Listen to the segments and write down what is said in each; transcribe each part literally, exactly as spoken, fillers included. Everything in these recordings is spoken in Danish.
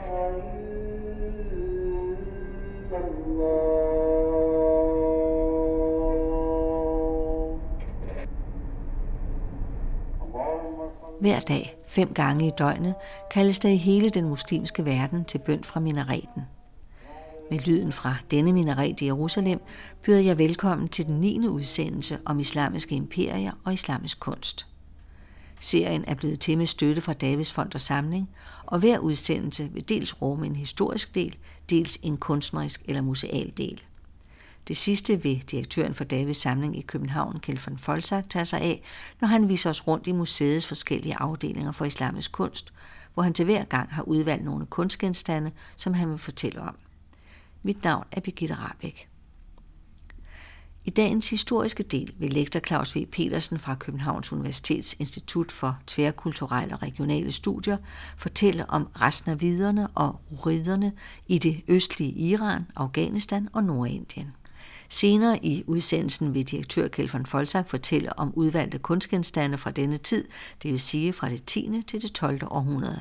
Hver dag, fem gange i døgnet, kaldes der i hele den muslimske verden til bøn fra minareten. Med lyden fra denne minaret i Jerusalem byder jeg velkommen til den niende udsendelse om islamiske imperier og islamisk kunst. Serien er blevet til med støtte fra Davids Fond og Samling, og hver udsendelse vil dels rumme en historisk del, dels en kunstnerisk eller museal del. Det sidste vil direktøren for Davids Samling i København, Kjeld von Folzak, tage sig af, når han viser os rundt i museets forskellige afdelinger for islamisk kunst, hvor han til hver gang har udvalgt nogle kunstgenstande, som han vil fortælle om. Mit navn er Birgitte Rahbek. I dagens historiske del vil lektor Claus V. Petersen fra Københavns Universitets Institut for Tværkulturelle og Regionale Studier fortælle om rasnaviderne og ruriderne i det østlige Iran, Afghanistan og Nordindien. Senere i udsendelsen vil direktør Kjeld von Folzak fortælle om udvalgte kunstgenstande fra denne tid, det vil sige fra det tiende til det tolvte århundrede.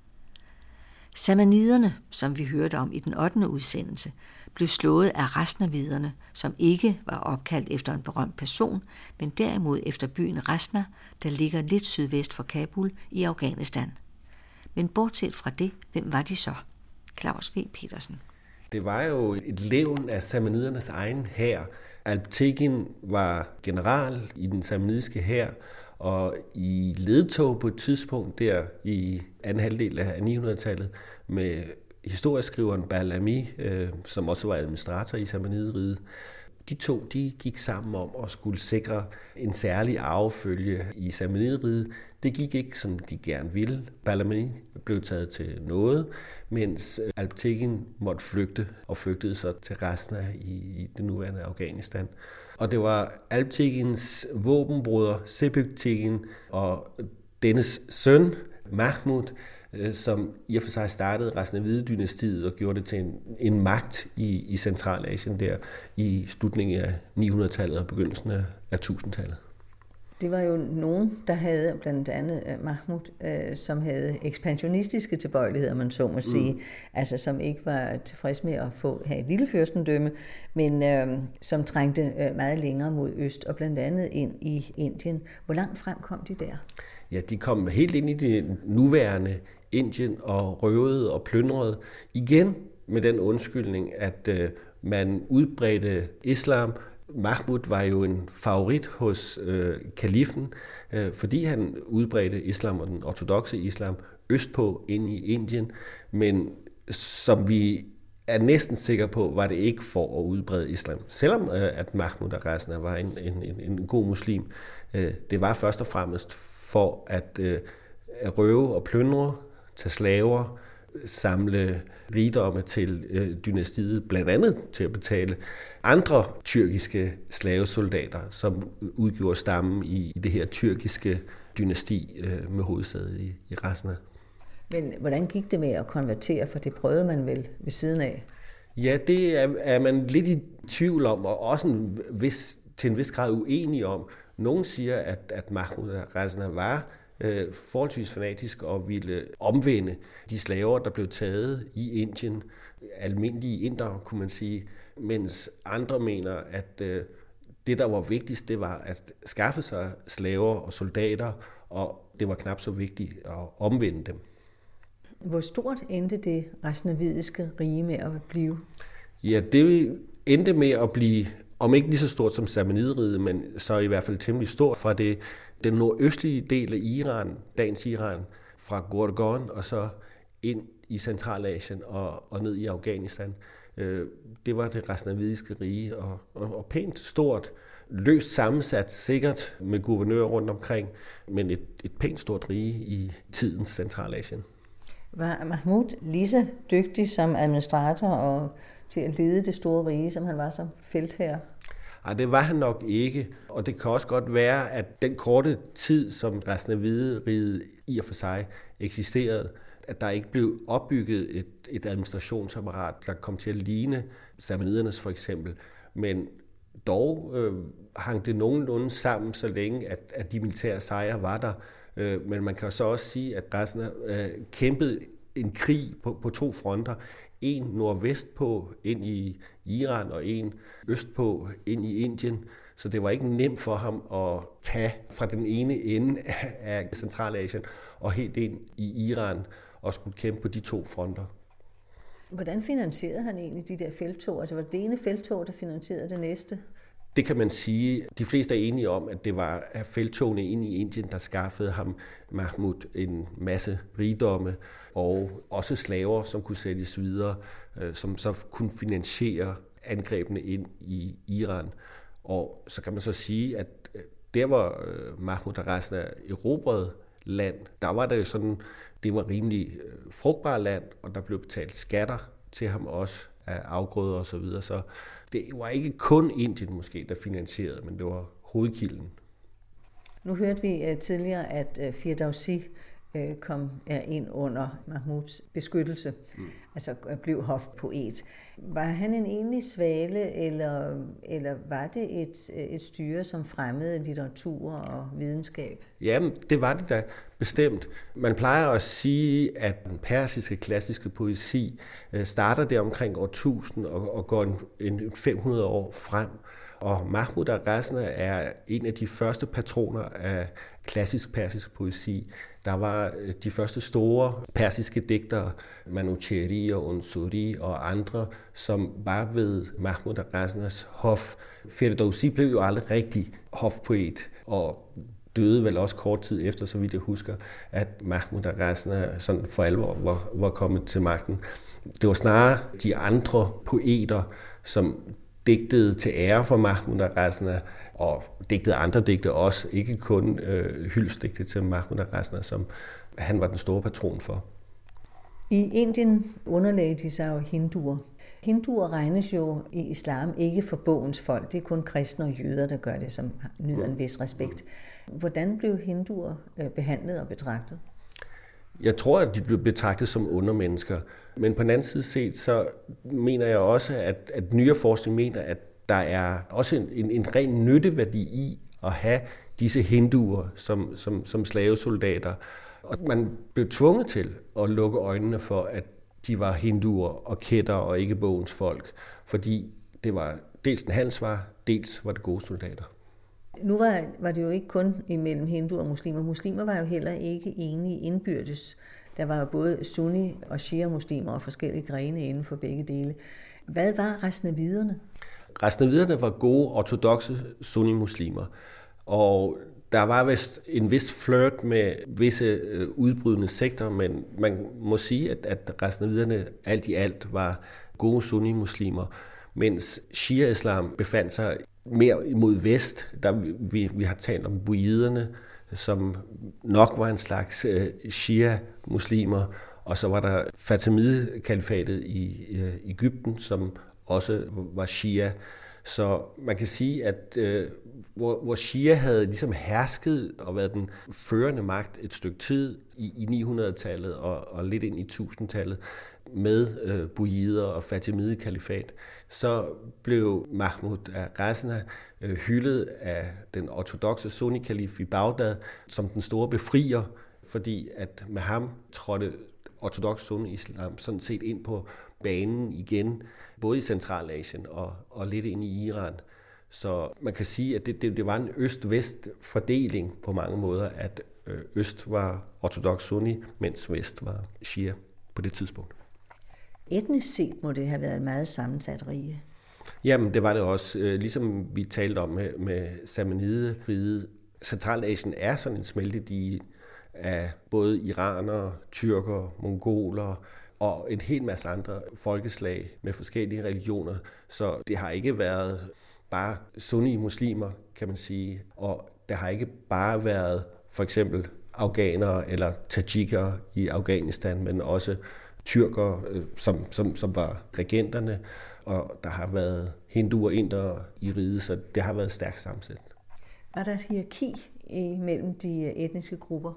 Samaniderne, som vi hørte om i den ottende udsendelse, blev slået af rasnaviderne, som ikke var opkaldt efter en berømt person, men derimod efter byen Rasna, der ligger lidt sydvest for Kabul i Afghanistan. Men bortset fra det, hvem var de så? Claus V. Petersen. Det var jo et levn af samanidernes egen hær. Alptegin var general i den samanidiske hær, og i ledtog på et tidspunkt der i anden halvdel af ni hundrede-tallet med historieskriveren Bal-Ami, øh, som også var administrator i Samanideriget. De to de gik sammen om at skulle sikre en særlig arvefølge i Samanideriget. Det gik ikke, som de gerne ville. Bal-Ami blev taget til noget, mens Alptegin måtte flygte og flygtede så til Rasna i, i det nuværende Afghanistan. Og det var Alptegins våbenbroder Sebüktegin og dennes søn Mahmud, som i og for sig startede Rasnavide-dynastiet og gjorde det til en, en magt i, i Centralasien der i slutningen af ni hundrede-tallet og begyndelsen af, af tusindtallet. Det var jo nogen, der havde blandt andet Mahmud, øh, som havde ekspansionistiske tilbøjeligheder, man så må sige. Mm. Altså som ikke var tilfreds med at få have et lille fyrstendømme, men øh, som trængte øh, meget længere mod øst og blandt andet ind i Indien. Hvor langt frem kom de der? Ja, de kom helt ind i det nuværende Indien og røvede og plyndrede igen med den undskyldning, at øh, man udbredte islam. Mahmud var jo en favorit hos øh, kalifen, øh, fordi han udbredte islam og den ortodokse islam østpå ind i Indien, men som vi er næsten sikre på, var det ikke for at udbrede islam. Selvom øh, at Mahmud af Rasna var en, en, en, en god muslim, øh, det var først og fremmest for at, øh, at røve og plyndre, tage slaver, samle rigdomme til øh, dynastiet, blandt andet til at betale andre tyrkiske slavesoldater, som udgjorde stammen i, i det her tyrkiske dynasti øh, med hovedsæde i, i Rasna. Men hvordan gik det med at konvertere, for det prøvede man vel ved siden af? Ja, det er, er man lidt i tvivl om, og også en vis, til en vis grad uenig om. Nogle siger, at, at Mahmud af Rasna var øh, forholdsvis fanatisk og ville omvende de slaver, der blev taget i Indien, almindelige indere, kunne man sige, mens andre mener, at øh, det, der var vigtigst, det var at skaffe sig slaver og soldater, og det var knap så vigtigt at omvende dem. Hvor stort endte det rasnavidiske rige med at blive? Ja, det endte med at blive, om ikke lige så stort som Samanideriget, men så i hvert fald temmelig stort fra det, den nordøstlige del af Iran, dagens Iran, fra Gorgon og så ind i Centralasien og, og ned i Afghanistan. Det var det rasnavidiske rige, og, og, og pænt stort, løst sammensat, sikkert med guvernører rundt omkring, men et, et pænt stort rige i tidens Centralasien. Var Mahmud lige så dygtig som administrator og til at lede det store rige, som han var som feltherre? Nej, det var han nok ikke, og det kan også godt være, at den korte tid, som Rasnavide-riget i og for sig eksisterede, at der ikke blev opbygget et, et administrationsapparat, der kom til at ligne samanidernes for eksempel, men dog øh, hang det nogenlunde sammen, så længe at, at de militære sejre var der. Øh, men man kan så også sige, at Rasna øh, kæmpede en krig på, på to fronter. En nordvest på ind i Iran, og en øst på ind i Indien. Så det var ikke nemt for ham at tage fra den ene ende af Centralasien og helt ind i Iran og skulle kæmpe på de to fronter. Hvordan finansierede han egentlig de der felttog? Altså var det ene felttog, der finansierede det næste? Det kan man sige. De fleste er enige om, at det var felttogene ind i Indien, der skaffede ham Mahmud en masse rigdomme og også slaver, som kunne sættes videre, som så kunne finansiere angrebene ind i Iran. Og så kan man så sige, at der hvor Mahmud og resten af erobrede land, der var det jo sådan, det var rimelig frugtbart land, og der blev betalt skatter til ham også af afgrøder og så videre. Så det var ikke kun Indien måske, der finansierede, men det var hovedkilden. Nu hørte vi tidligere, at Firdausi kom ind under Mahmuds beskyttelse, mm. altså blev hofpoet. Var han en egentlig svale, eller, eller var det et, et styre, som fremmede litteratur og videnskab? Jamen, det var det da bestemt. Man plejer at sige, at den persiske klassiske poesi starter der omkring år tusind og, og går en, en fem hundrede år frem. Og Mahmud af Ghazni er en af de første patroner af klassisk persisk poesi. Der var de første store persiske digtere, Manuchehri og Unsuri og andre, som var ved Mahmud af Ghaznis hof. Firdausi blev jo aldrig rigtig hofpoet, og døde vel også kort tid efter, så vidt jeg husker, at Mahmud af Ghazni sådan for alvor var, var kommet til magten. Det var snarere de andre poeter, som digtede til ære for Mahmud af Ghazni, og digtede andre digte også, ikke kun øh, hyldestdigte til Mahmud af Ghazni, som han var den store patron for. I Indien underlagde de sig jo hinduer. Hinduer regnes jo i islam ikke for bogens folk. Det er kun kristne og jøder, der gør det, som nyder en vis respekt. Hvordan blev hinduer behandlet og betragtet? Jeg tror, at de blev betragtet som undermennesker. Men på den anden side set, så mener jeg også, at, at nyere forskning mener, at der er også en, en, en ren nytteværdi i at have disse hinduer som, som, som slavesoldater. Og man blev tvunget til at lukke øjnene for, at de var hinduer og kætter og ikke bogens folk. Fordi det var dels en handelsvare, dels var det gode soldater. Nu var, var det jo ikke kun imellem hinduer og muslimer. Muslimer var jo heller ikke enige indbyrdes. Der var jo både sunni- og shia-muslimer og forskellige grene inden for begge dele. Hvad var rasnaviderne? Rasnaviderne var gode, ortodokse sunni-muslimer. Og der var vist en vis flirt med visse udbrydende sekter, men man må sige, at, at rasnaviderne alt i alt var gode sunni-muslimer, mens shia-islam befandt sig mere imod vest. Der vi, vi har talt om buiderne, som nok var en slags øh, shia-muslimer, og så var der Fatimide-kalifatet i øh, Egypten, som også var shia. Så man kan sige, at øh, hvor, hvor shia havde ligesom hersket og været den førende magt et stykke tid i, i ni hundrede-tallet og, og lidt ind i tusindtallet med øh, buider og Fatimide-kalifat, så blev Mahmud af Ghazni øh, hyldet af den ortodokse sunni-kalif i Bagdad som den store befrier, fordi at med ham trådte ortodoks sunni-islam sådan set ind på banen igen, både i Centralasien og, og lidt ind i Iran. Så man kan sige, at det, det, det var en øst-vest-fordeling på mange måder, at øst var ortodoks sunni, mens vest var shia på det tidspunkt. Etnisk set må det have været en meget sammensat rige. Jamen, det var det også. Ligesom vi talte om med, med Samanide-riget. Centralasien er sådan en smeltedige af både iranere, tyrker, mongoler og en hel masse andre folkeslag med forskellige religioner. Så det har ikke været bare sunni-muslimer, kan man sige. Og der har ikke bare været for eksempel afghanere eller tajikker i Afghanistan, men også tyrker, som, som, som var regenterne, og der har været hinduer, indere i riget, så det har været stærkt sammensat. Var der et hierarki mellem de etniske grupper?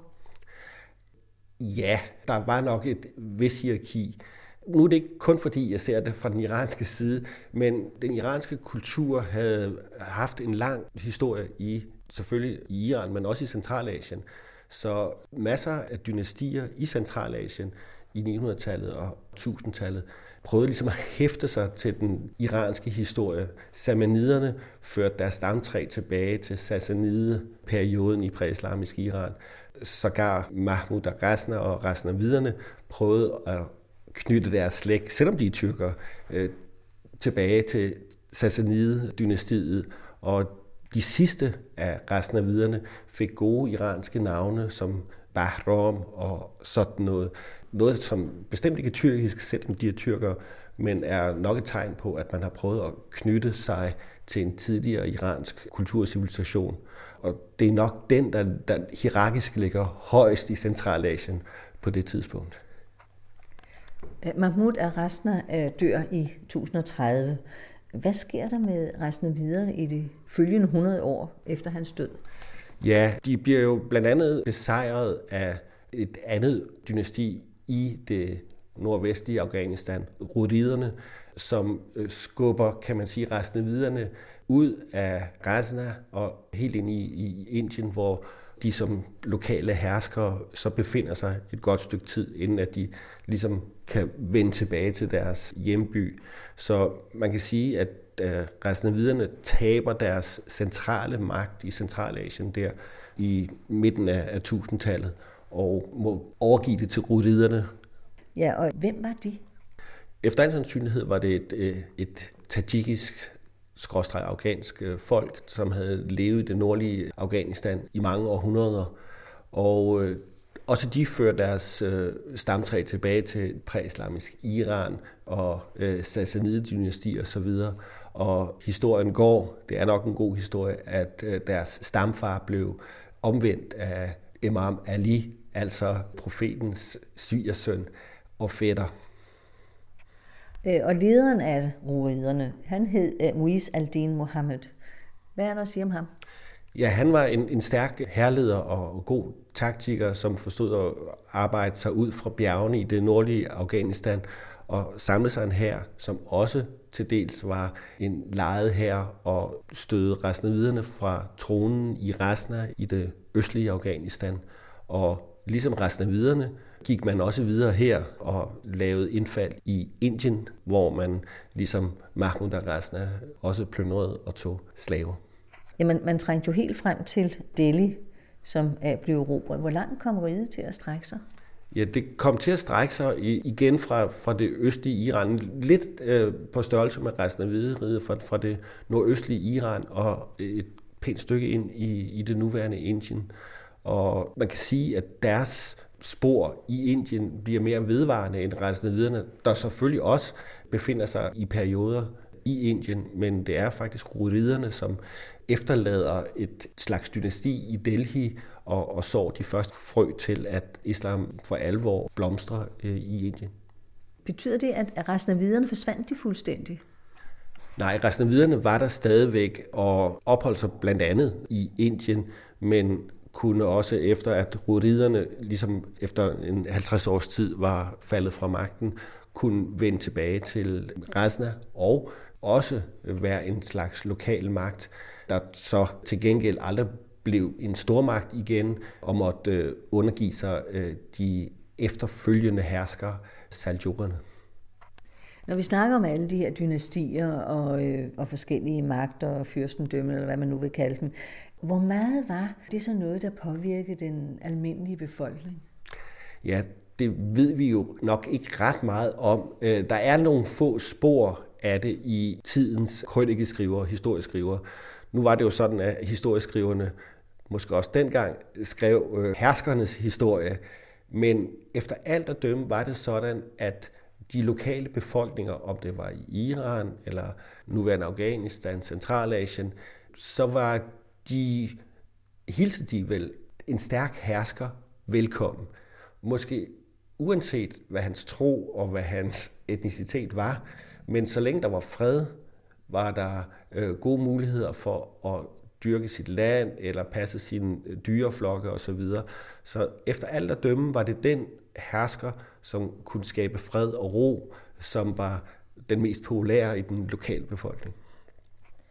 Ja, der var nok et vis hierarki. Nu er det ikke kun fordi, jeg ser det fra den iranske side, men den iranske kultur havde haft en lang historie i, selvfølgelig i Iran, men også i Centralasien. Så masser af dynastier i Centralasien i ni hundrede-tallet og tusindtallet prøvede ligesom at hæfte sig til den iranske historie. Samaniderne førte deres stamtræ tilbage til Sassanide-perioden i præislamisk Iran. Sågar Mahmud af Ghazna og Ghaznaviderne prøvede at knytte deres slægt, selvom de er tyrkere, tilbage til Sassanide-dynastiet. Og de sidste af Ghaznaviderne fik gode iranske navne som Bahram og sådan noget. Noget, som bestemt ikke er tyrkisk, selvom de er tyrkere, men er nok et tegn på, at man har prøvet at knytte sig til en tidligere iransk kulturcivilisation. Og det er nok den, der, der hierarkisk ligger højst i Centralasien på det tidspunkt. Mahmud af Ghazna dør i tusind og tredive. Hvad sker der med Ghaznaviderne i de følgende hundrede år efter hans død? Ja, de bliver jo blandt andet besejret af et andet dynasti i det nordvestlige Afghanistan, Ruriderne, som skubber, kan man sige, Ghaznaviderne ud af Ghazna og helt ind i, i Indien, hvor de som lokale herskere så befinder sig et godt stykke tid, inden at de ligesom kan vende tilbage til deres hjemby. Så man kan sige, at Ghaznaviderne taber deres centrale magt i Centralasien der i midten af tusindtallet og må overgive det til Ruriderne. Ja, og hvem var de? Efter al sandsynlighed var det et, et tajikisk skråstreg afghansk folk, som havde levet i det nordlige Afghanistan i mange århundreder. Og øh, også de førte deres øh, stamtræ tilbage til præislamisk Iran og øh, Sassanide-dynasti og så videre. Og historien går, det er nok en god historie, at øh, deres stamfar blev omvendt af Imam Ali, altså profetens svigersøn og fætter. Og lederen af ruriderne, han hed Muiz al-Din Mohammed. Hvad er der at sige om ham? Ja, han var en, en stærk hærleder og god taktiker, som forstod at arbejde sig ud fra bjergene i det nordlige Afghanistan og samle sig en hær, som også til dels var en lejet hær og stødede Ghaznaviderne fra tronen i Ghazna i det østlige Afghanistan. Og ligesom Ghaznaviderne gik man også videre her og lavede indfald i Indien, hvor man ligesom Mahmud af Ghazna også plyndrede og tog slaver. Jamen, man trængte jo helt frem til Delhi, som er blevet erobret. Hvor langt kom riget til at strække sig? Ja, det kom til at strække sig igen fra, fra det østlige Iran, lidt øh, på størrelse med Ghaznavideriget fra, fra det nordøstlige Iran og et pænt stykke ind i, i det nuværende Indien. Og man kan sige, at deres spor i Indien bliver mere vedvarende end Ghaznaviderne, der selvfølgelig også befinder sig i perioder i Indien, men det er faktisk Ruriderne, som efterlader et slags dynasti i Delhi og, og sår de første frø til, at islam for alvor blomstrer øh, i Indien. Betyder det, at Ghaznaviderne forsvandt de fuldstændig? Nej, Ghaznaviderne var der stadigvæk og opholdt sig blandt andet i Indien, men kunne også efter, at Ruriderne ligesom efter en halvtreds års tid var faldet fra magten, kunne vende tilbage til Ghazna og også være en slags lokal magt, der så til gengæld aldrig blev en stormagt igen og måtte undergive sig de efterfølgende herskere, Saljukerne. Når vi snakker om alle de her dynastier og, øh, og forskellige magter og fyrstendømmer, eller hvad man nu vil kalde dem, hvor meget var det så noget, der påvirkede den almindelige befolkning? Ja, det ved vi jo nok ikke ret meget om. Der er nogle få spor af det i tidens krønikeskrivere, historieskrivere. Nu var det jo sådan, at historieskriverne måske også dengang skrev herskernes historie, men efter alt at dømme var det sådan, at de lokale befolkninger, om det var i Iran eller nuværende Afghanistan, Centralasien, så var de, hilste de vel en stærk hersker velkommen. Måske uanset hvad hans tro og hvad hans etnicitet var, men så længe der var fred, var der øh, gode muligheder for at dyrke sit land eller passe sine dyreflokke osv. Så efter alt at dømme var det den hersker, som kunne skabe fred og ro, som var den mest populære i den lokale befolkning.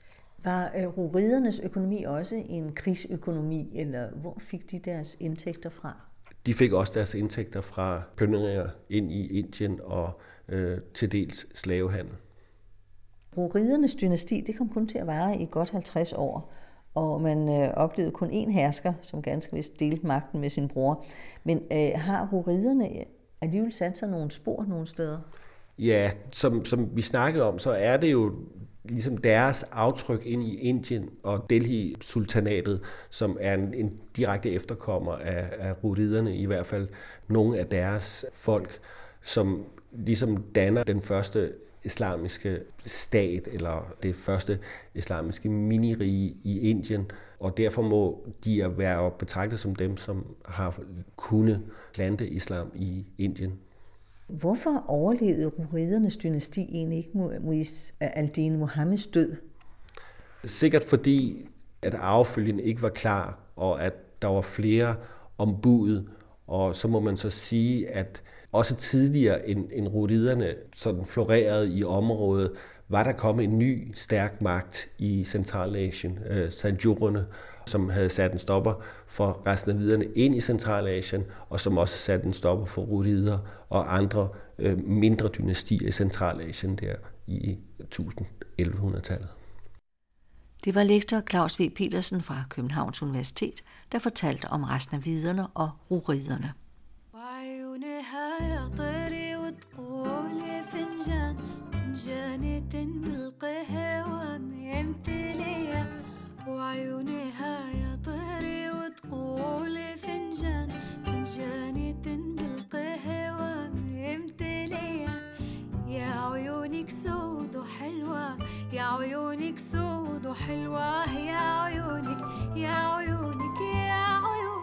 Var øh, ruridernes økonomi også en krigsøkonomi, eller hvor fik de deres indtægter fra? De fik også deres indtægter fra plyndringer ind i Indien og øh, til dels slavehandel. Ruridernes dynasti det kom kun til at vare i godt halvtreds år, og man øh, oplevede kun én hersker, som ganske vist delte magten med sin bror. Men øh, har ruriderne alligevel sat sig nogle spor nogle steder? Ja, som, som vi snakkede om, så er det jo ligesom deres aftryk ind i Indien og Delhi-sultanatet, som er en, en direkte efterkommer af, af ruriderne, i hvert fald nogle af deres folk, som ligesom danner den første islamiske stat, eller det første islamiske minirige i Indien, og derfor må de være betragtet som dem, som har kunnet plante islam i Indien. Hvorfor overlevede ruridernes dynasti egentlig ikke Mu'izz al-Din Muhammeds død? Sikkert fordi, at arvefølgen ikke var klar, og at der var flere ombud, og så må man så sige, at også tidligere end, end ruriderne sådan florerede i området, var der kommet en ny stærk magt i Centralasien, øh, Seljukerne, som havde sat en stopper for Ghaznaviderne ind i Centralasien, og som også satte en stopper for rurider og andre øh, mindre dynastier i Centralasien der i elleve hundrede-tallet. Det var lektor Claus V. Petersen fra Københavns Universitet, der fortalte om Ghaznaviderne og ruriderne. وعيونها يا طيري وتقولي فنجان فنجاني بالقهوة ممتلية يا عيونك سود وحلوة يا عيونك سود وحلوة يا عيونك يا عيونك يا عيونك.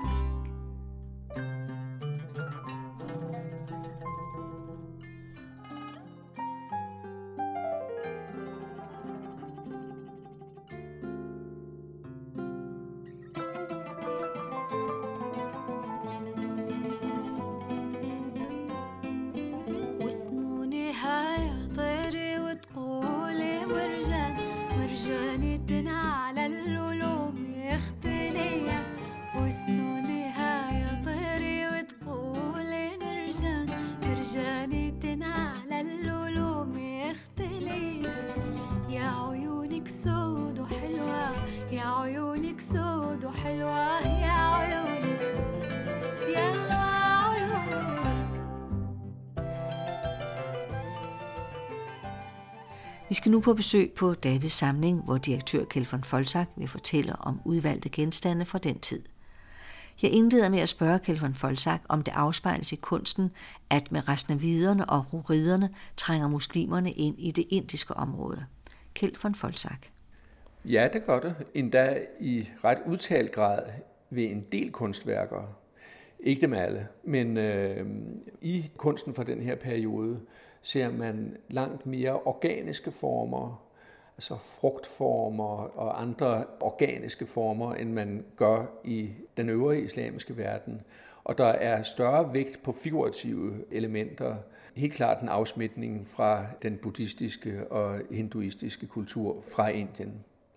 Vi skal nu på besøg på Davids samling, hvor direktør Kjeld von Folsak vil fortælle om udvalgte genstande fra den tid. Jeg indleder med at spørge Kjeld von Folsak, om det afspejles i kunsten, at med Ghaznaviderne og ruriderne trænger muslimerne ind i det indiske område. Kjeld von Folsak. Ja, det gør det. Endda i ret udtalt grad ved en del kunstværker. Ikke dem alle, men øh, i kunsten fra den her periode ser man langt mere organiske former, altså frugtformer og andre organiske former, end man gør i den øvrige islamiske verden. Og der er større vægt på figurative elementer. Helt klart en afsmitning fra den buddhistiske og hinduistiske kultur fra Indien.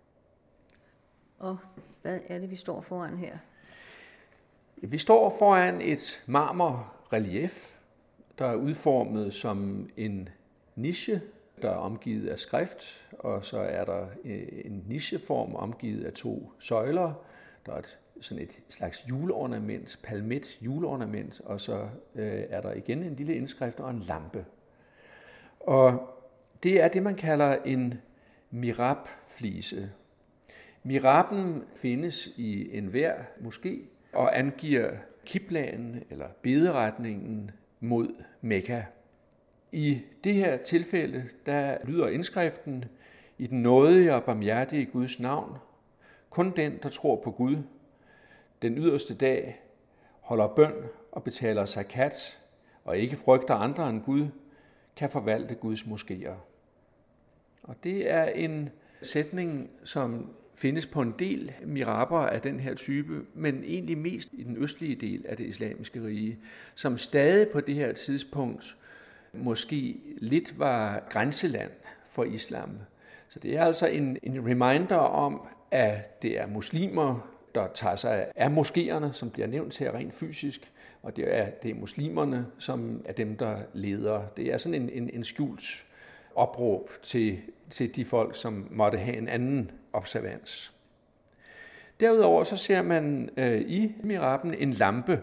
Og hvad er det, vi står foran her? Vi står foran et marmorrelief, der er udformet som en niche, der er omgivet af skrift, og så er der en nicheform omgivet af to søjler. Der er et, sådan et slags juleornament, palmet juleornament, og så øh, er der igen en lille indskrift og en lampe. Og det er det, man kalder en mirab-flise. Miraben findes i enhver moské og angiver kiblaen eller bederetningen mod Mekka. I det her tilfælde, der lyder indskriften: i den nådige og barmhjertige Guds navn, kun den, der tror på Gud, den yderste dag, holder bøn og betaler zakat, og ikke frygter andre end Gud, kan forvalte Guds moskéer. Og det er en sætning, som findes på en del miraber af den her type, men egentlig mest i den østlige del af det islamiske rige, som stadig på det her tidspunkt måske lidt var grænseland for islam. Så det er altså en, en reminder om, at det er muslimer, der tager sig af moskéerne, som bliver nævnt her rent fysisk, og det er, det er muslimerne, som er dem, der leder. Det er sådan en, en, en skjult opråb til, til de folk, som måtte have en anden observans. Derudover så ser man øh, i mihraben en lampe.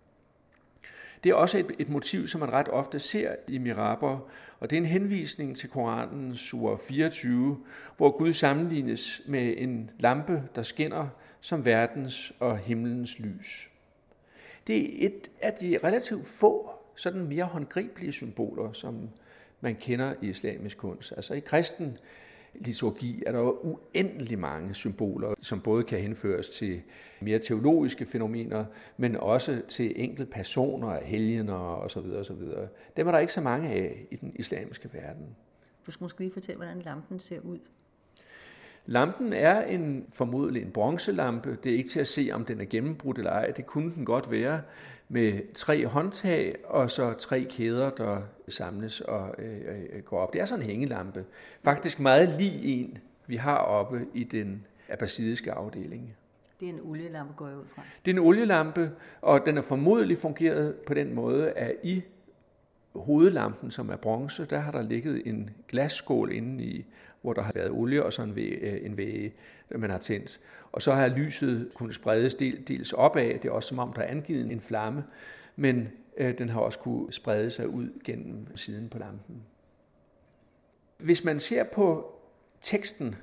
Det er også et, et motiv, som man ret ofte ser i mihraber, og det er en henvisning til Koranens sura fireogtyve, hvor Gud sammenlignes med en lampe, der skinner som verdens og himlens lys. Det er et af de relativt få sådan mere håndgribelige symboler, som man kender i islamisk kunst. Altså i kristen liturgi er der jo uendelig mange symboler, som både kan henføres til mere teologiske fænomener, men også til enkelte personer, helgener osv. osv. Dem er der ikke så mange af i den islamiske verden. Du skal måske lige fortælle, hvordan lampen ser ud. Lampen er en, formodentlig en bronzelampe. Det er ikke til at se, om den er gennembrudt eller ej. Det kunne den godt være, med tre håndtag og så tre kæder, der samles og øh, går op. Det er sådan en hængelampe. Faktisk meget lig en, vi har oppe i den abbasidiske afdeling. Det er en olielampe, går jeg ud fra. Det er en olielampe, og den er formodentlig fungeret på den måde, at i hovedlampen, som er bronze, der har der ligget en glasskål inde i, hvor der har været olie og så en væge, en væge, man har tændt. Og så har lyset kunnet spredes del, dels opad. Det er også som om, der er angivet en flamme, men øh, den har også kunnet sprede sig ud gennem siden på lampen. Hvis man ser på teksten,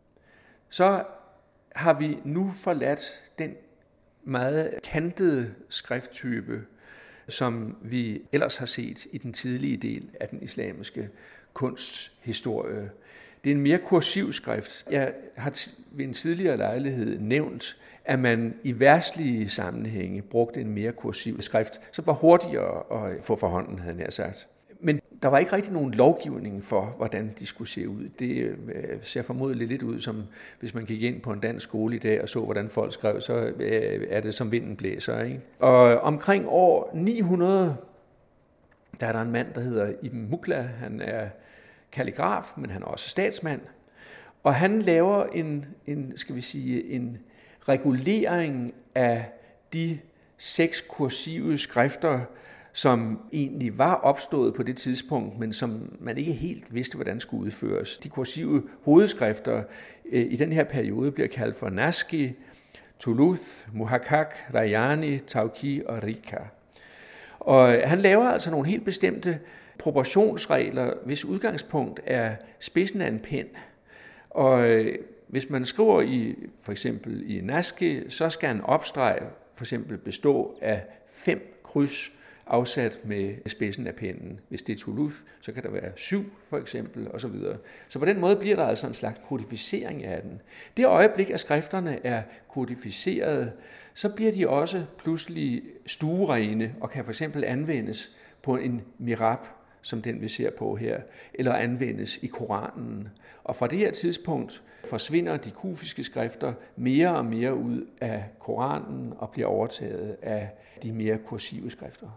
så har vi nu forladt den meget kantede skrifttype, som vi ellers har set i den tidlige del af den islamiske kunsthistorie. Det er en mere kursiv skrift. Jeg har ved en tidligere lejlighed nævnt, at man i verdslige sammenhænge brugte en mere kursiv skrift, som var hurtigere at få for hånden, havde jeg sagt. Men der var ikke rigtig nogen lovgivning for, hvordan de skulle se ud. Det ser formodentlig lidt ud som, hvis man gik ind på en dansk skole i dag og så, hvordan folk skrev, så er det som vinden blæser, ikke? Og omkring år ni hundrede, der er der en mand, der hedder Ibn Muqla. Han er kalligraf, men han er også statsmand. Og han laver en, en, skal vi sige, en regulering af de seks kursive skrifter, som egentlig var opstået på det tidspunkt, men som man ikke helt vidste, hvordan skulle udføres. De kursive hovedskrifter øh, i den her periode bliver kaldt for Naski, Thuluth, Muhakkak, Rayani, Tawqi og Rika. Og han laver altså nogle helt bestemte proportionsregler, hvis udgangspunkt er spidsen af en pen. Og øh, hvis man skriver i for eksempel i Naski, så skal en opstreg for eksempel bestå af fem kryds, afsat med spidsen af pennen. Hvis det er Thuluth, så kan der være syv for eksempel, og så videre. Så på den måde bliver der altså en slags kodificering af den. Det øjeblik, at skrifterne er kodificeret, så bliver de også pludselig stuerene og kan for eksempel anvendes på en mihrab, som den vi ser på her, eller anvendes i Koranen. Og fra det her tidspunkt forsvinder de kufiske skrifter mere og mere ud af Koranen og bliver overtaget af de mere kursive skrifter.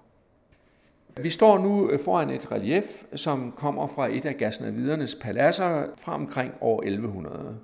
Vi står nu foran et relief, som kommer fra et af Ghaznavidernes paladser fra omkring år elleve hundrede.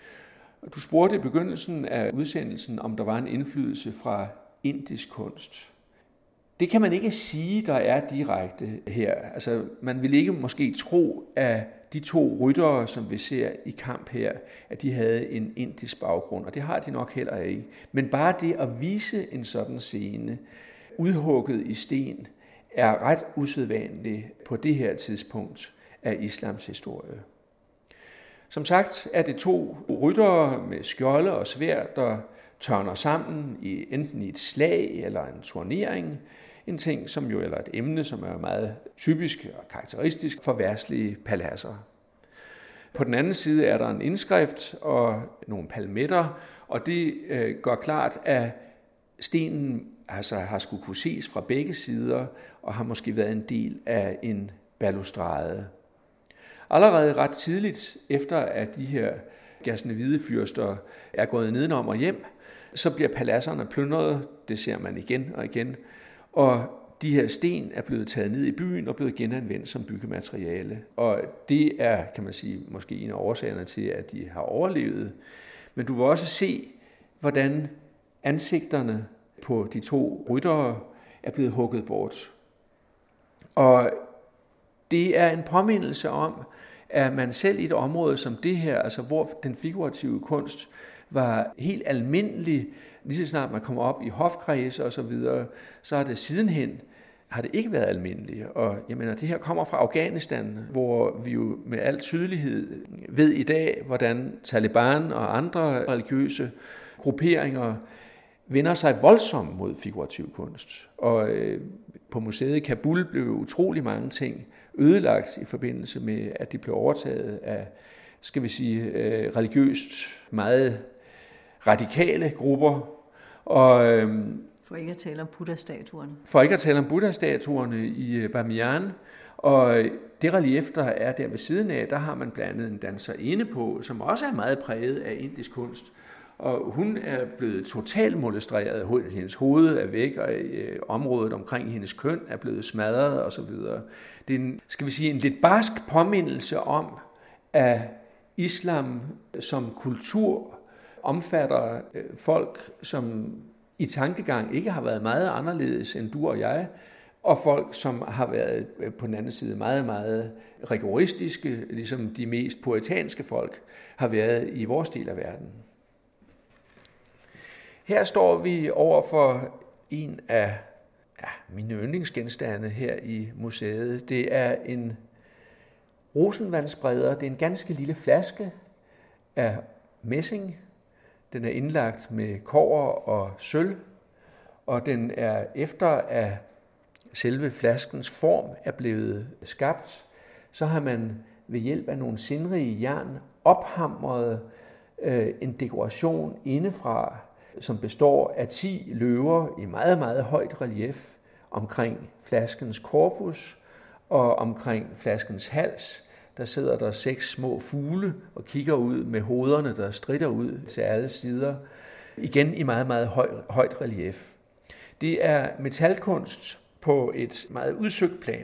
Du spurgte i begyndelsen af udsendelsen, om der var en indflydelse fra indisk kunst. Det kan man ikke sige, der er direkte her. Altså, man vil ikke måske tro, at de to ryttere, som vi ser i kamp her, at de havde en indisk baggrund, og det har de nok heller ikke. Men bare det at vise en sådan scene, udhugget i sten, er ret usædvanligt på det her tidspunkt af islams historie. Som sagt er det to ryttere med skjolde og sværd, der tørner sammen i enten i et slag eller en turnering, en ting som jo eller et emne, som er meget typisk og karakteristisk for verdslige paladser. På den anden side er der en indskrift og nogle palmetter, og det øh, gør klart, at stenen altså har skulle kunne ses fra begge sider og har måske været en del af en balustrade. Allerede ret tidligt efter at de her Ghaznavide fyrster er gået nedenom og hjem, så bliver paladserne plyndret, det ser man igen og igen, og de her sten er blevet taget ned i byen og blevet genanvendt som byggemateriale. Og det er, kan man sige, måske en af årsagerne til, at de har overlevet. Men du vil også se, hvordan ansigterne på de to ryttere er blevet hugget bort. Og det er en påmindelse om, at man selv i et område som det her, altså hvor den figurative kunst var helt almindelig, lige så snart man kommer op i hofkredse og så videre, så har det sidenhen har det ikke været almindeligt. Og jeg mener, det her kommer fra Afghanistan, hvor vi jo med al tydelighed ved i dag, hvordan Taliban og andre religiøse grupperinger vender sig voldsomt mod figurativ kunst. Og øh, på museet i Kabul blev utrolig mange ting ødelagt i forbindelse med, at de blev overtaget af, skal vi sige, øh, religiøst meget radikale grupper. Og, øh, for ikke at tale om Buddha-statuerne. For ikke at tale om Buddha-statuerne i Bamiyan. Og det relief, der er der ved siden af, der har man blandt andet en danserinde på, som også er meget præget af indisk kunst. Og hun er blevet totalt molestreret. Hendes hoved er væk, og området omkring hendes køn er blevet smadret osv. Det er en, skal vi sige, en lidt barsk påmindelse om, at islam som kultur omfatter folk, som i tankegang ikke har været meget anderledes end du og jeg, og folk, som har været på den anden side meget, meget rigoristiske, ligesom de mest puritanske folk har været i vores del af verden. Her står vi over for en af ja, mine yndlingsgenstande her i museet. Det er en rosenvandsbreder. Det er en ganske lille flaske af messing. Den er indlagt med kobber og sølv, og den er efter at selve flaskens form er blevet skabt, så har man ved hjælp af nogle sindrige jern ophamret øh, en dekoration indefra, som består af ti løver i meget, meget højt relief omkring flaskens korpus og omkring flaskens hals. Der sidder der seks små fugle og kigger ud med hovederne, der stritter ud til alle sider. Igen i meget, meget høj, højt relief. Det er metalkunst på et meget udsøgt plan.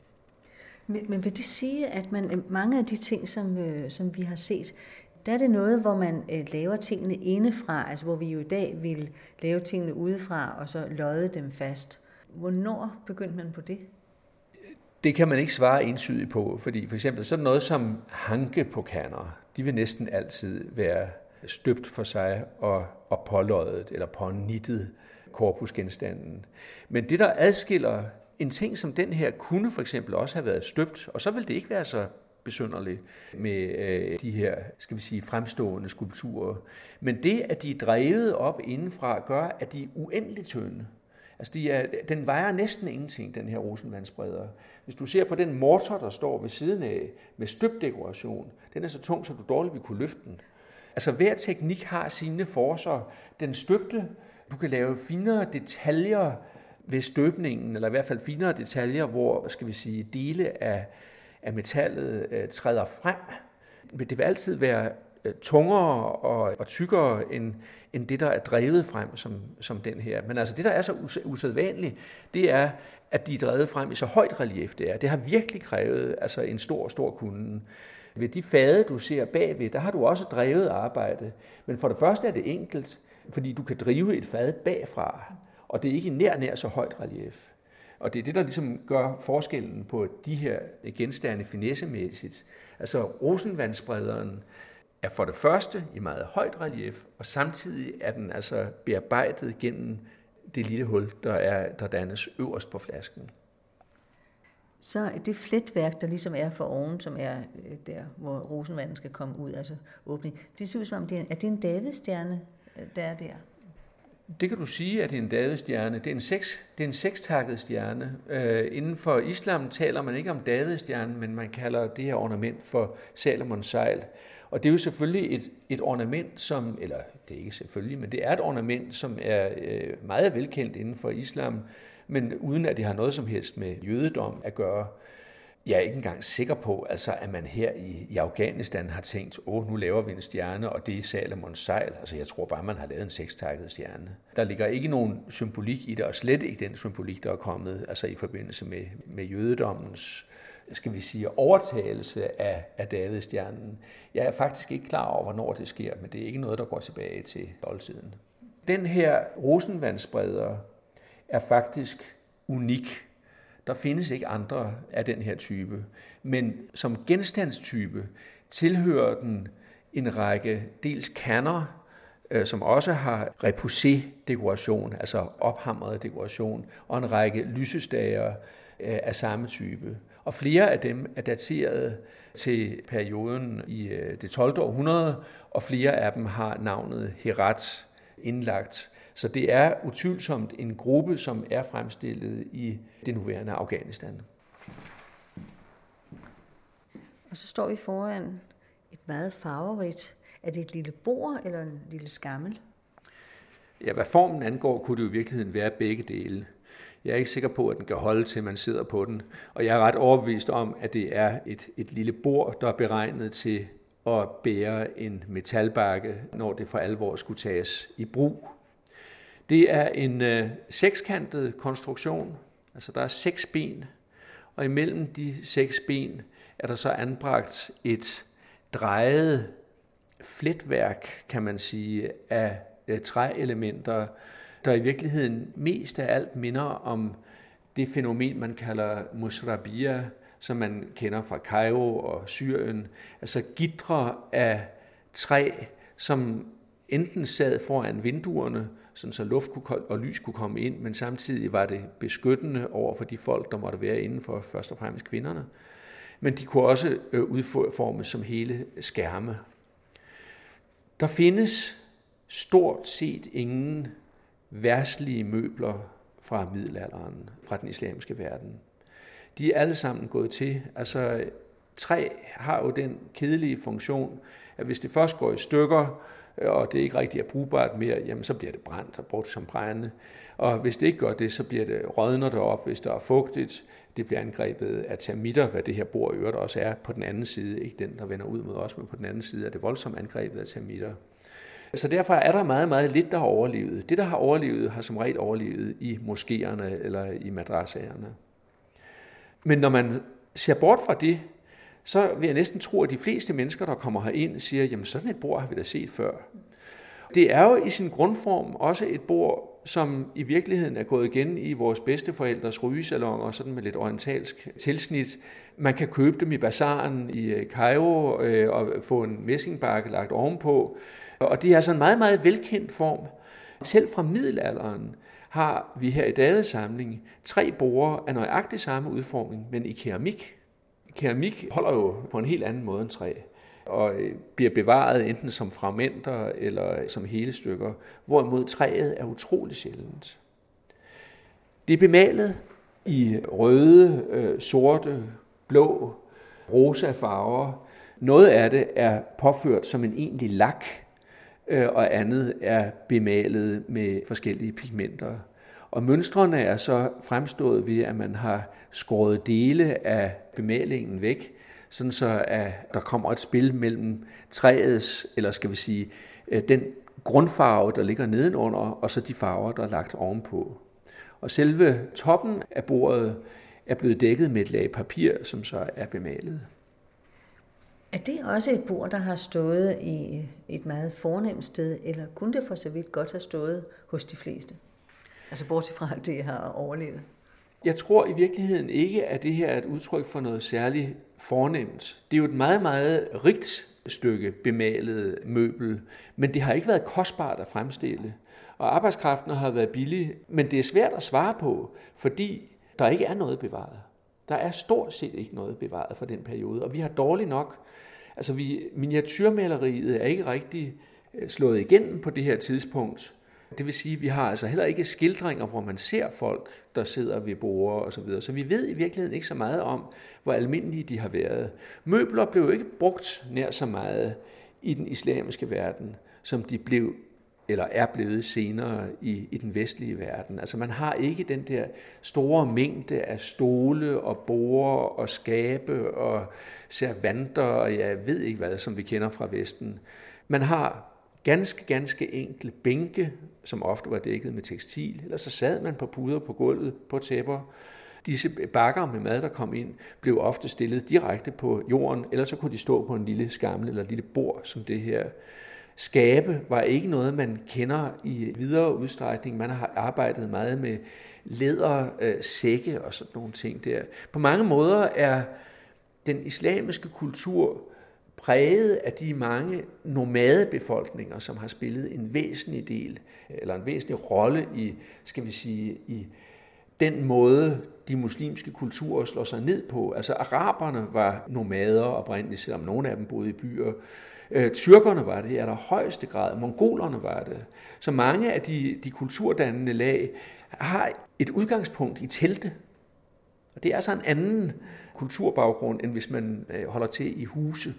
Men, men vil det sige, at man, mange af de ting, som, øh, som vi har set, der er det noget, hvor man øh, laver tingene indefra, altså hvor vi jo i dag vil lave tingene udefra og så lodde dem fast. Hvornår begyndte man på det? Det kan man ikke svare entydigt på, fordi for eksempel sådan noget som hankepokaner, de vil næsten altid være støbt for sig og, og påloddet eller pånittet korpusgenstanden. Men det, der adskiller en ting som den her, kunne for eksempel også have været støbt, og så vil det ikke være så besynderligt med øh, de her, skal vi sige, fremstående skulpturer. Men det, at de er drevet op indenfra, gør, at de er uendeligt tynde. Altså, de er, den vejer næsten ingenting, den her rosenvandsbreder. Hvis du ser på den morter, der står ved siden af, med støbdekoration, den er så tung, så du dårligt vil kunne løfte den. Altså, hver teknik har sine forser. Den støbte, du kan lave finere detaljer ved støbningen, eller i hvert fald finere detaljer, hvor, skal vi sige, dele af, af metallet øh, træder frem. Men det vil altid være øh, tungere og, og tykkere end, end det, der er drevet frem som, som den her. Men altså det, der er så us- usædvanligt, det er, at de er drevet frem i så højt relief det er. Det har virkelig krævet altså en stor, stor kunde. Ved de fade, du ser bagved, der har du også drevet arbejde. Men for det første er det enkelt, fordi du kan drive et fad bagfra, og det er ikke nær nær så højt relief. Og det er det, der ligesom gør forskellen på de her genstande finessemæssigt. Altså rosenvandsbrederen er for det første i meget højt relief, og samtidig er den altså bearbejdet gennem det lille hul, der, er, der dannes øverst på flasken. Så det fletværk, der ligesom er for oven, som er der, hvor rosenvandet skal komme ud, altså åbning, det ser ud som om, det er, er det en Davidstjerne, der er der? Det kan du sige, at det er en Davidstjerne. Det er en, seks, det er en sekstakket stjerne. Øh, inden for islam taler man ikke om Davidstjernen, men man kalder det her ornament for Salomons sejl. Og det er jo selvfølgelig et, et ornament, som, eller det er ikke selvfølgelig, men det er et ornament, som er øh, meget velkendt inden for islam, men uden at det har noget som helst med jødedom at gøre. Jeg er ikke engang sikker på, altså, at man her i, i Afghanistan har tænkt, åh, nu laver vi en stjerne, og det er Salomons sejl. Altså, jeg tror bare, man har lavet en sekstakket stjerne. Der ligger ikke nogen symbolik i det, og slet ikke den symbolik, der er kommet altså, i forbindelse med, med jødedommens, skal vi sige, overtagelse af, af Davidstjernen. Jeg er faktisk ikke klar over, hvornår det sker, men det er ikke noget, der går tilbage til oldtiden. Den her rosenvandsbreder er faktisk unik. Der findes ikke andre af den her type, men som genstandstype tilhører den en række dels kanner, som også har repoussé-dekoration, altså ophamret dekoration, og en række lysestager af samme type. Og flere af dem er dateret til perioden i det tolvte århundrede, og flere af dem har navnet Herat indlagt. Så det er utvivlsomt en gruppe, som er fremstillet i det nuværende Afghanistan. Og så står vi foran et meget farverigt. Er det et lille bord eller en lille skammel? Ja, hvad formen angår, kunne det jo i virkeligheden være begge dele. Jeg er ikke sikker på, at den kan holde til, man sidder på den. Og jeg er ret overbevist om, at det er et, et lille bord, der er beregnet til at bære en metalbakke, når det for alvor skulle tages i brug. Det er en øh, sekskantet konstruktion, altså der er seks ben, og imellem de seks ben er der så anbragt et drejet fletværk, kan man sige, af øh, træelementer, der i virkeligheden mest af alt minder om det fænomen, man kalder mushrabia, som man kender fra Kairo og Syrien, altså gitre af træ, som enten sad foran vinduerne, sådan så luft og lys kunne komme ind, men samtidig var det beskyttende over for de folk, der måtte være indenfor, først og fremmest kvinderne. Men de kunne også udformes som hele skærme. Der findes stort set ingen verdslige møbler fra middelalderen, fra den islamiske verden. De er alle sammen gået til. Altså, træ har jo den kedelige funktion, at hvis det først går i stykker, og det ikke rigtig er brugbart mere, jamen så bliver det brændt og brugt som brænde. Og hvis det ikke gør det, så bliver det rådner derop, hvis der er fugtigt. Det bliver angrebet af termitter, hvad det her bord i øvrigt også er på den anden side. Ikke den, der vender ud mod os, men på den anden side er det voldsomt angrebet af termitter. Så derfor er der meget, meget lidt, der har overlevet. Det, der har overlevet, har som regel overlevet i moskéerne eller i madraserne. Men når man ser bort fra det, så vil jeg næsten tro, at de fleste mennesker, der kommer herind, siger, jamen sådan et bord har vi da set før. Det er jo i sin grundform også et bord, som i virkeligheden er gået igen i vores bedsteforældres rygesalonger, sådan med lidt orientalsk tilsnit. Man kan købe dem i bazaren i Kairo og få en messingbakke lagt ovenpå. Og det er altså en meget, meget velkendt form. Selv fra middelalderen har vi her i Davids samling tre borde af nøjagtig samme udformning, men i keramik. Keramik holder jo på en helt anden måde end træ, og bliver bevaret enten som fragmenter eller som hele stykker, hvorimod træet er utrolig sjældent. Det er bemalet i røde, sorte, blå, rosa farver. Noget af det er påført som en egentlig lak, og andet er bemalet med forskellige pigmenter. Og mønstrene er så fremstået ved, at man har skåret dele af bemalingen væk, sådan så at der kommer et spil mellem træets, eller skal vi sige, den grundfarve, der ligger nedenunder, og så de farver, der er lagt ovenpå. Og selve toppen af bordet er blevet dækket med et lag papir, som så er bemalet. Er det også et bord, der har stået i et meget fornemt sted, eller kunne det for så vidt godt have stået hos de fleste? Altså bortset fra, at det har overlevet. Jeg tror i virkeligheden ikke, at det her er et udtryk for noget særligt fornemt. Det er jo et meget, meget rigt stykke bemalet møbel, men det har ikke været kostbart at fremstille. Og arbejdskraften har været billig, men det er svært at svare på, fordi der ikke er noget bevaret. Der er stort set ikke noget bevaret fra den periode, og vi har dårligt nok. Altså vi, miniatyrmaleriet er ikke rigtig slået igennem på det her tidspunkt. Det vil sige, at vi har altså heller ikke skildringer, hvor man ser folk, der sidder ved borde og så videre. Så vi ved i virkeligheden ikke så meget om, hvor almindelige de har været. Møbler blev jo ikke brugt nær så meget i den islamiske verden, som de blev eller er blevet senere i, i den vestlige verden. Altså man har ikke den der store mængde af stole og borde og skabe og servanter og jeg ved ikke hvad, som vi kender fra Vesten. Man har ganske, ganske enkle bænke, som ofte var dækket med tekstil, eller så sad man på puder på gulvet på tæpper. Disse bakker med mad, der kom ind, blev ofte stillet direkte på jorden, eller så kunne de stå på en lille skammel eller et lille bord, som det her. Skabe var ikke noget, man kender i videre udstrækning. Man har arbejdet meget med læder, øh, sække og sådan nogle ting der. På mange måder er den islamiske kultur præget af de mange nomadebefolkninger, som har spillet en væsentlig del, eller en væsentlig rolle i, skal vi sige, i den måde, de muslimske kulturer slår sig ned på. Altså araberne var nomader oprindeligt, selvom nogle af dem boede i byer. Øh, tyrkerne var det i allerhøjeste grad, mongolerne var det. Så mange af de, de kulturdannende lag har et udgangspunkt i telte. Og det er altså en anden kulturbaggrund, end hvis man holder til i huse.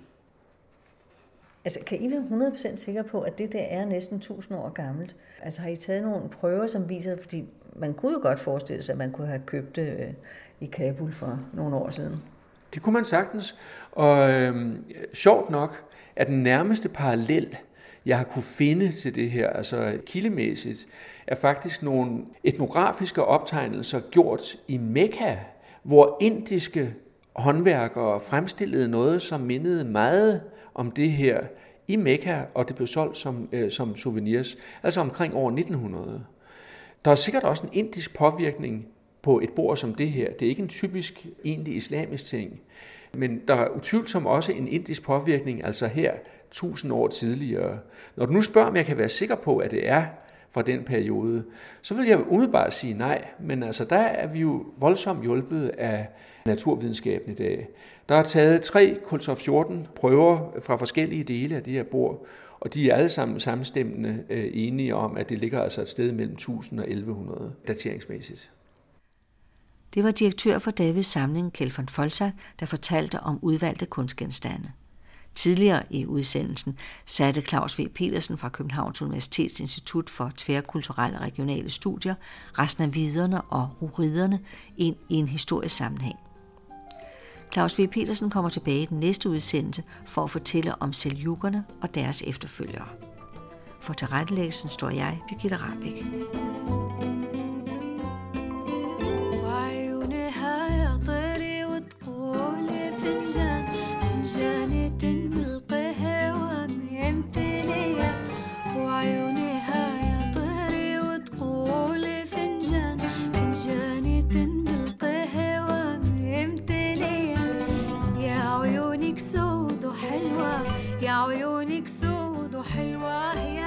Altså, kan I være hundrede procent sikre på, at det der er næsten tusind år gammelt? Altså, har I taget nogle prøver, som viser, fordi man kunne jo godt forestille sig, at man kunne have købt det øh, i Kabul for nogle år siden. Det kunne man sagtens, og øh, sjovt nok er den nærmeste parallel, jeg har kunne finde til det her, altså kildemæssigt, er faktisk nogle etnografiske optegnelser gjort i Mekka, hvor indiske håndværkere fremstillede noget, som mindede meget om det her i Mekka, og det blev solgt som, øh, som souvenirs, altså omkring år nitten hundrede. Der er sikkert også en indisk påvirkning på et bord som det her. Det er ikke en typisk egentlig islamisk ting, men der er utvivlsomt også en indisk påvirkning, altså her tusind år tidligere. Når du nu spørger, om jeg kan være sikker på, at det er fra den periode, så vil jeg umiddelbart sige nej, men altså der er vi jo voldsomt hjulpet af naturvidenskaben i dag. Der er taget tre kultur fjorten prøver fra forskellige dele af det her bord, og de er alle sammen samstemmende øh, enige om, at det ligger altså et sted mellem tusind og elleve hundrede dateringsmæssigt. Det var direktør for Davids samling, Kjeld von Folzak, der fortalte om udvalgte kunstgenstande. Tidligere i udsendelsen satte Claus V. Petersen fra Københavns Universitets Institut for Tværkulturelle og Regionale Studier resten af viderne og ruriderne ind i en historisk sammenhæng. Claus V. Petersen kommer tilbage i den næste udsendelse for at fortælle om seljukkerne og deres efterfølgere. For tilrettelæggelsen står jeg, Birgitte Rahbek. يا عيونك سود وحلوة